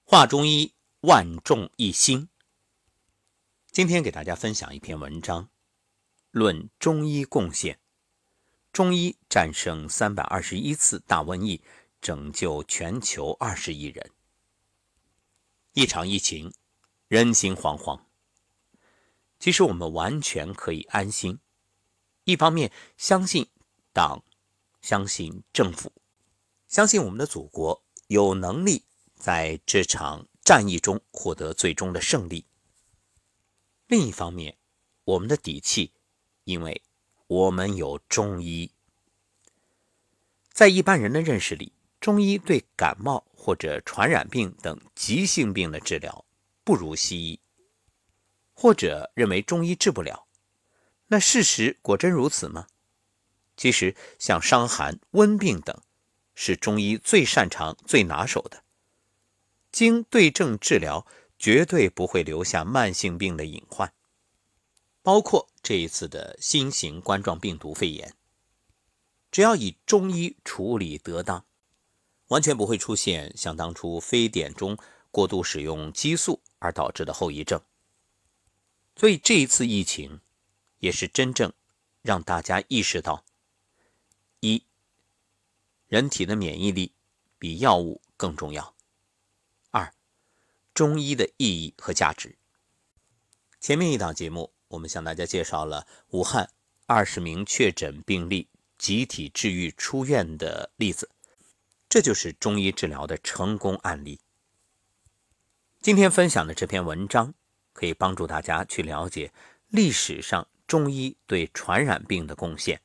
话中医，万众一心。今天给大家分享一篇文章，论中医贡献。中医战胜321次大瘟疫，拯救全球20亿人。一场疫情，人心惶惶。其实我们完全可以安心。一方面相信党，相信政府，相信我们的祖国有能力在这场战役中获得最终的胜利。另一方面，我们的底气，因为我们有中医。在一般人的认识里，中医对感冒或者传染病等急性病的治疗不如西医，或者认为中医治不了。那事实果真如此吗？其实像伤寒、温病等，是中医最擅长、最拿手的。经对症治疗，绝对不会留下慢性病的隐患。包括这一次的新型冠状病毒肺炎，只要以中医处理得当，完全不会出现像当初非典中过度使用激素而导致的后遗症。所以这一次疫情也是真正让大家意识到：一，人体的免疫力比药物更重要；二，中医的意义和价值。前面一档节目，我们向大家介绍了武汉20名确诊病例集体治愈出院的例子，这就是中医治疗的成功案例。今天分享的这篇文章可以帮助大家去了解历史上中医对传染病的贡献。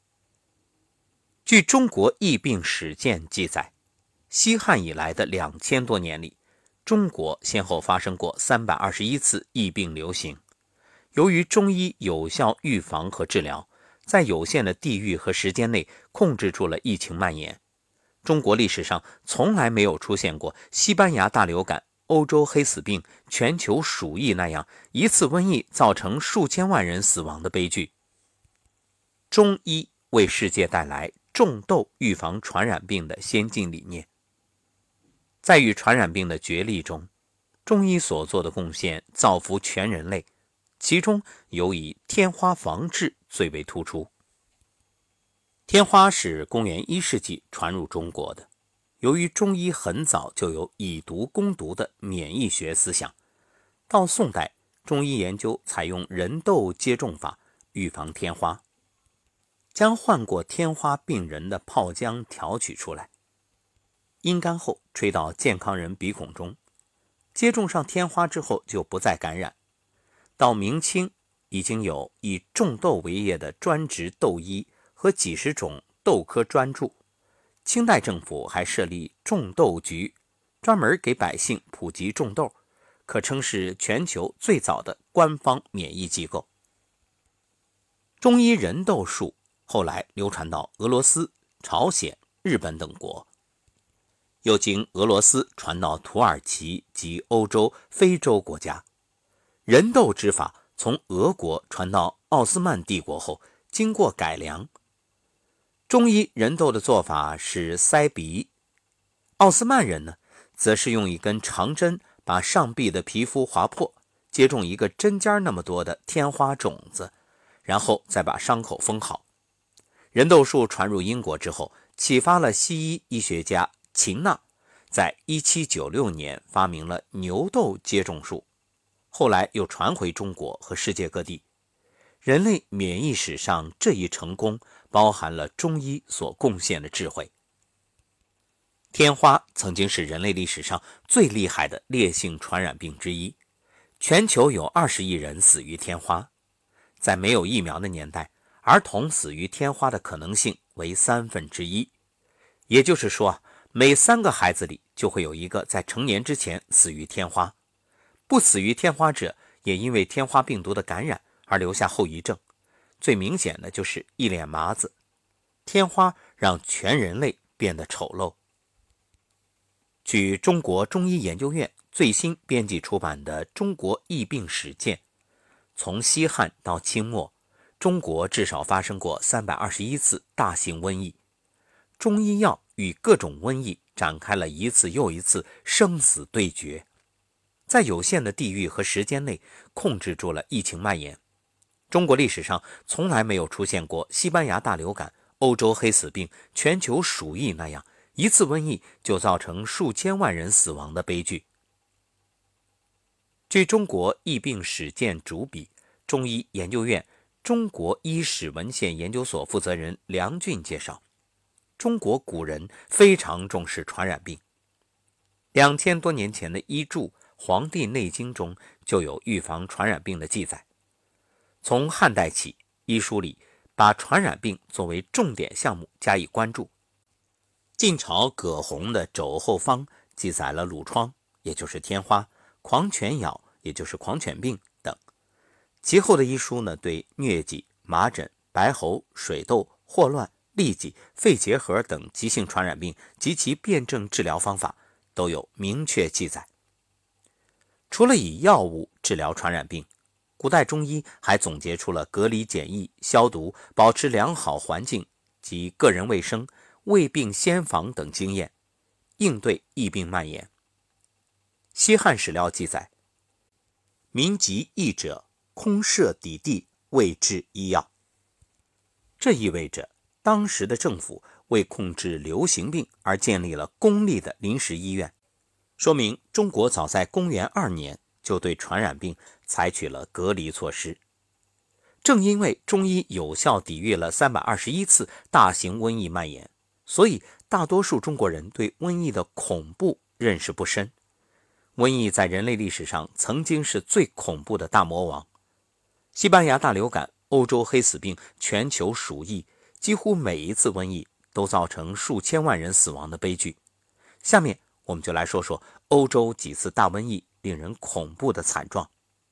据中国疫病史鉴记载，西汉以来的2000多年里，中国先后发生过321次疫病流行。由于中医有效预防和治疗，在有限的地域和时间内控制住了疫情蔓延。中国历史上从来没有出现过西班牙大流感、欧洲黑死病、全球鼠疫那样一次瘟疫造成数千万人死亡的悲剧。中医为世界带来种痘预防传染病的先进理念。在与传染病的决力中，中医所做的贡献造福全人类，其中尤以天花防治最为突出。天花是公元1世纪传入中国的，由于中医很早就有以毒攻毒的免疫学思想，到宋代，中医研究采用人痘接种法预防天花，将患过天花病人的泡浆调取出来，阴干后吹到健康人鼻孔中，接种上天花之后就不再感染。到明清，已经有以种痘为业的专职痘医和几十种痘科专著。清代政府还设立种痘局，专门给百姓普及种痘，可称是全球最早的官方免疫机构。中医人痘术后来流传到俄罗斯、朝鲜、日本等国，又经俄罗斯传到土耳其及欧洲、非洲国家。人痘之法从俄国传到奥斯曼帝国后，经过改良。中医人痘的做法是塞鼻，奥斯曼人呢，则是用一根长针把上臂的皮肤划破，接种一个针尖那么多的天花种子，然后再把伤口封好。人痘术传入英国之后，启发了西医医学家秦纳，在1796年发明了牛痘接种术，后来又传回中国和世界各地。人类免疫史上这一成功，包含了中医所贡献的智慧。天花曾经是人类历史上最厉害的烈性传染病之一，全球有20亿人死于天花。在没有疫苗的年代，儿童死于天花的可能性为1/3。也就是说，每3个孩子里就会有一个在成年之前死于天花。不死于天花者也因为天花病毒的感染而留下后遗症，最明显的就是一脸麻子。天花让全人类变得丑陋。据中国中医研究院最新编辑出版的《中国疫病史鉴》，从西汉到清末，中国至少发生过321次大型瘟疫。中医药与各种瘟疫展开了一次又一次生死对决，在有限的地域和时间内控制住了疫情蔓延。中国历史上从来没有出现过西班牙大流感、欧洲黑死病、全球鼠疫那样一次瘟疫就造成数千万人死亡的悲剧。据中国疫病史鉴主笔、中医研究院中国医史文献研究所负责人梁俊介绍，中国古人非常重视传染病。2000多年前的医著《黄帝内经》中就有预防传染病的记载。从汉代起，医书里把传染病作为重点项目加以关注。晋朝葛洪的《肘后方》记载了褥疮，也就是天花、狂犬咬，也就是狂犬病等。其后的医书呢，对疟疾、麻疹、白喉、水痘、霍乱、痢疾、肺结核等急性传染病及其辨证治疗方法都有明确记载。除了以药物治疗传染病，古代中医还总结出了隔离检疫、消毒、保持良好环境及个人卫生、未病先防等经验，应对疫病蔓延。西汉史料记载，民疾疫者，空设抵地，未治医药。这意味着当时的政府为控制流行病而建立了公立的临时医院，说明中国早在公元2年就对传染病采取了隔离措施。正因为中医有效抵御了321次大型瘟疫蔓延，所以大多数中国人对瘟疫的恐怖认识不深。瘟疫在人类历史上曾经是最恐怖的大魔王，西班牙大流感、欧洲黑死病、全球鼠疫，几乎每一次瘟疫都造成数千万人死亡的悲剧。下面我们就来说说欧洲几次大瘟疫令人恐怖的惨状。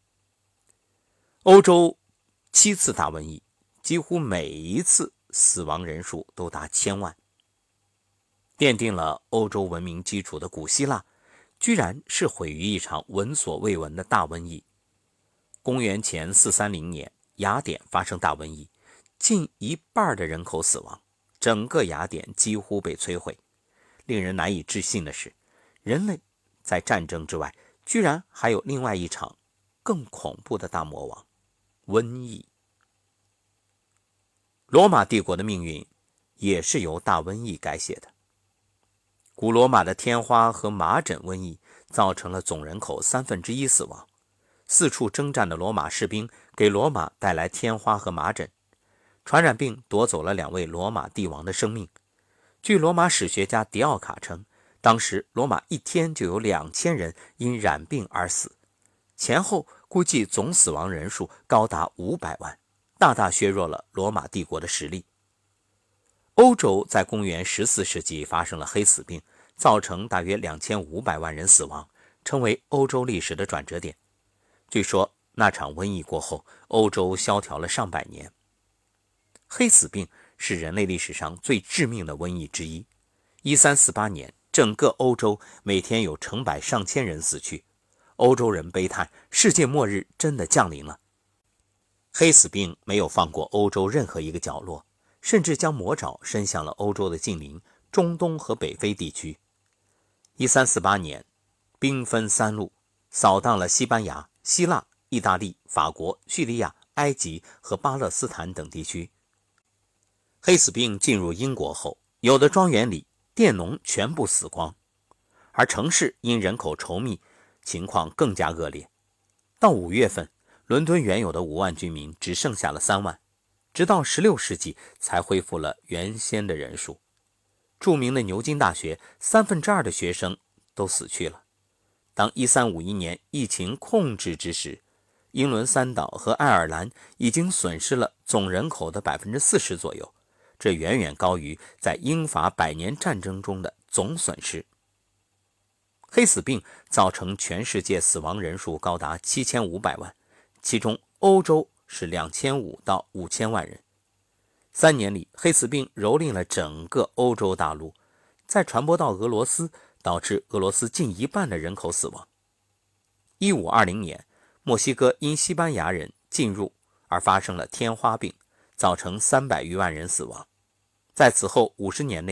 欧洲7次大瘟疫，几乎每一次死亡人数都达1000万。奠定了欧洲文明基础的古希腊，居然是毁于一场闻所未闻的大瘟疫。公元前430年，雅典发生大瘟疫，近一半的人口死亡，整个雅典几乎被摧毁。令人难以置信的是，人类在战争之外，居然还有另外一场更恐怖的大魔王——瘟疫。罗马帝国的命运也是由大瘟疫改写的。古罗马的天花和麻疹瘟疫造成了总人口1/3死亡。四处征战的罗马士兵给罗马带来天花和麻疹，传染病夺走了2位罗马帝王的生命。据罗马史学家迪奥卡称，当时罗马一天就有2000人因染病而死，前后估计总死亡人数高达500万，大大削弱了罗马帝国的实力。欧洲在公元14世纪发生了黑死病，造成大约2500万人死亡，成为欧洲历史的转折点。据说那场瘟疫过后，欧洲萧条了上百年。黑死病是人类历史上最致命的瘟疫之一。1348年，整个欧洲每天有成百上千人死去，欧洲人悲叹世界末日真的降临了。黑死病没有放过欧洲任何一个角落，甚至将魔爪伸向了欧洲的近邻中东和北非地区。1348年，兵分3路，扫荡了西班牙、希腊、意大利、法国、叙利亚、埃及和巴勒斯坦等地区。黑死病进入英国后，有的庄园里佃农全部死光，而城市因人口稠密，情况更加恶劣。到5月份，伦敦原有的5万居民只剩下了3万，直到16世纪才恢复了原先的人数。著名的牛津大学2/3的学生都死去了。当1351年疫情控制之时，英伦三岛和爱尔兰已经损失了总人口的40%左右，这远远高于在英法100年战争中的总损失。黑死病造成全世界死亡人数高达7500万，其中欧洲是2500到5000万人。3年里，黑死病蹂躏了整个欧洲大陆，再传播到俄罗斯，导致俄罗斯近一半的人口死亡。1520年，墨西哥因西班牙人进入而发生了天花病，造成300余万人死亡。在此后50年内，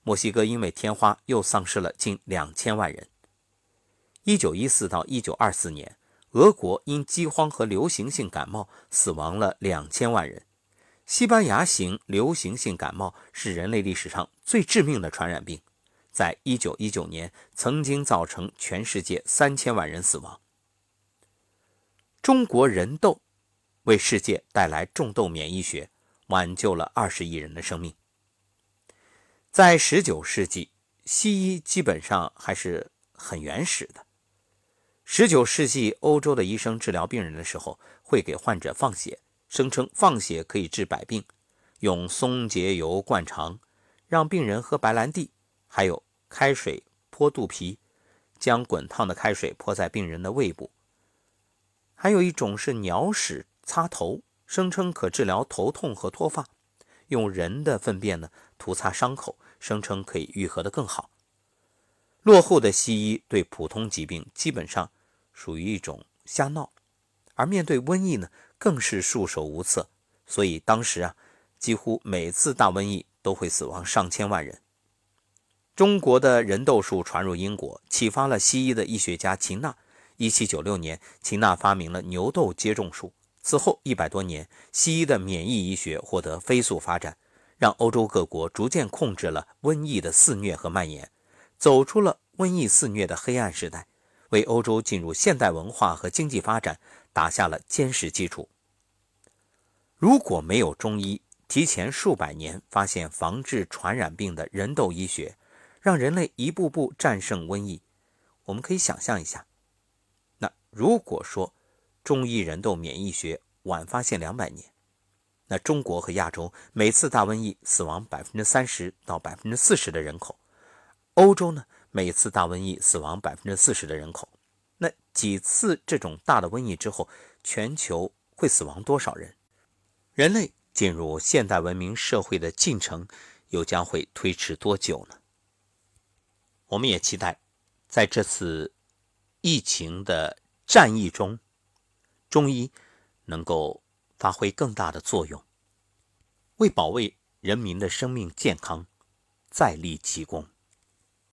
墨西哥因为天花又丧失了近2000万人。1914到1924年，俄国因饥荒和流行性感冒死亡了2000万人。西班牙型流行性感冒是人类历史上最致命的传染病，在1919年曾经造成全世界3000万人死亡。中国人痘为世界带来种痘免疫学，挽救了20亿人的生命。在19世纪，西医基本上还是很原始的。19世纪欧洲的医生治疗病人的时候，会给患者放血，声称放血可以治百病，用松节油灌肠，让病人喝白兰地，还有开水泼肚皮，将滚烫的开水泼在病人的胃部。还有一种是鸟屎擦头，声称可治疗头痛和脱发，用人的粪便呢涂擦伤口，声称可以愈合得更好。落后的西医对普通疾病基本上属于一种瞎闹，而面对瘟疫呢更是束手无策，所以当时几乎每次大瘟疫都会死亡上千万人。中国的人痘术传入英国，启发了西医的医学家秦纳。1796年，秦纳发明了牛痘接种术。此后100多年，西医的免疫医学获得飞速发展，让欧洲各国逐渐控制了瘟疫的肆虐和蔓延，走出了瘟疫肆虐的黑暗时代，为欧洲进入现代文化和经济发展打下了坚实基础。如果没有中医提前数百年发现防治传染病的人痘医学，让人类一步步战胜瘟疫，我们可以想象一下，那如果说中医人痘免疫学晚发现200年，那中国和亚洲每次大瘟疫死亡30%到40%的人口，欧洲呢每次大瘟疫死亡40%的人口，那几次这种大的瘟疫之后，全球会死亡多少人？人类进入现代文明社会的进程又将会推迟多久呢？我们也期待在这次疫情的战役中，中医能够发挥更大的作用，为保卫人民的生命健康再立奇功。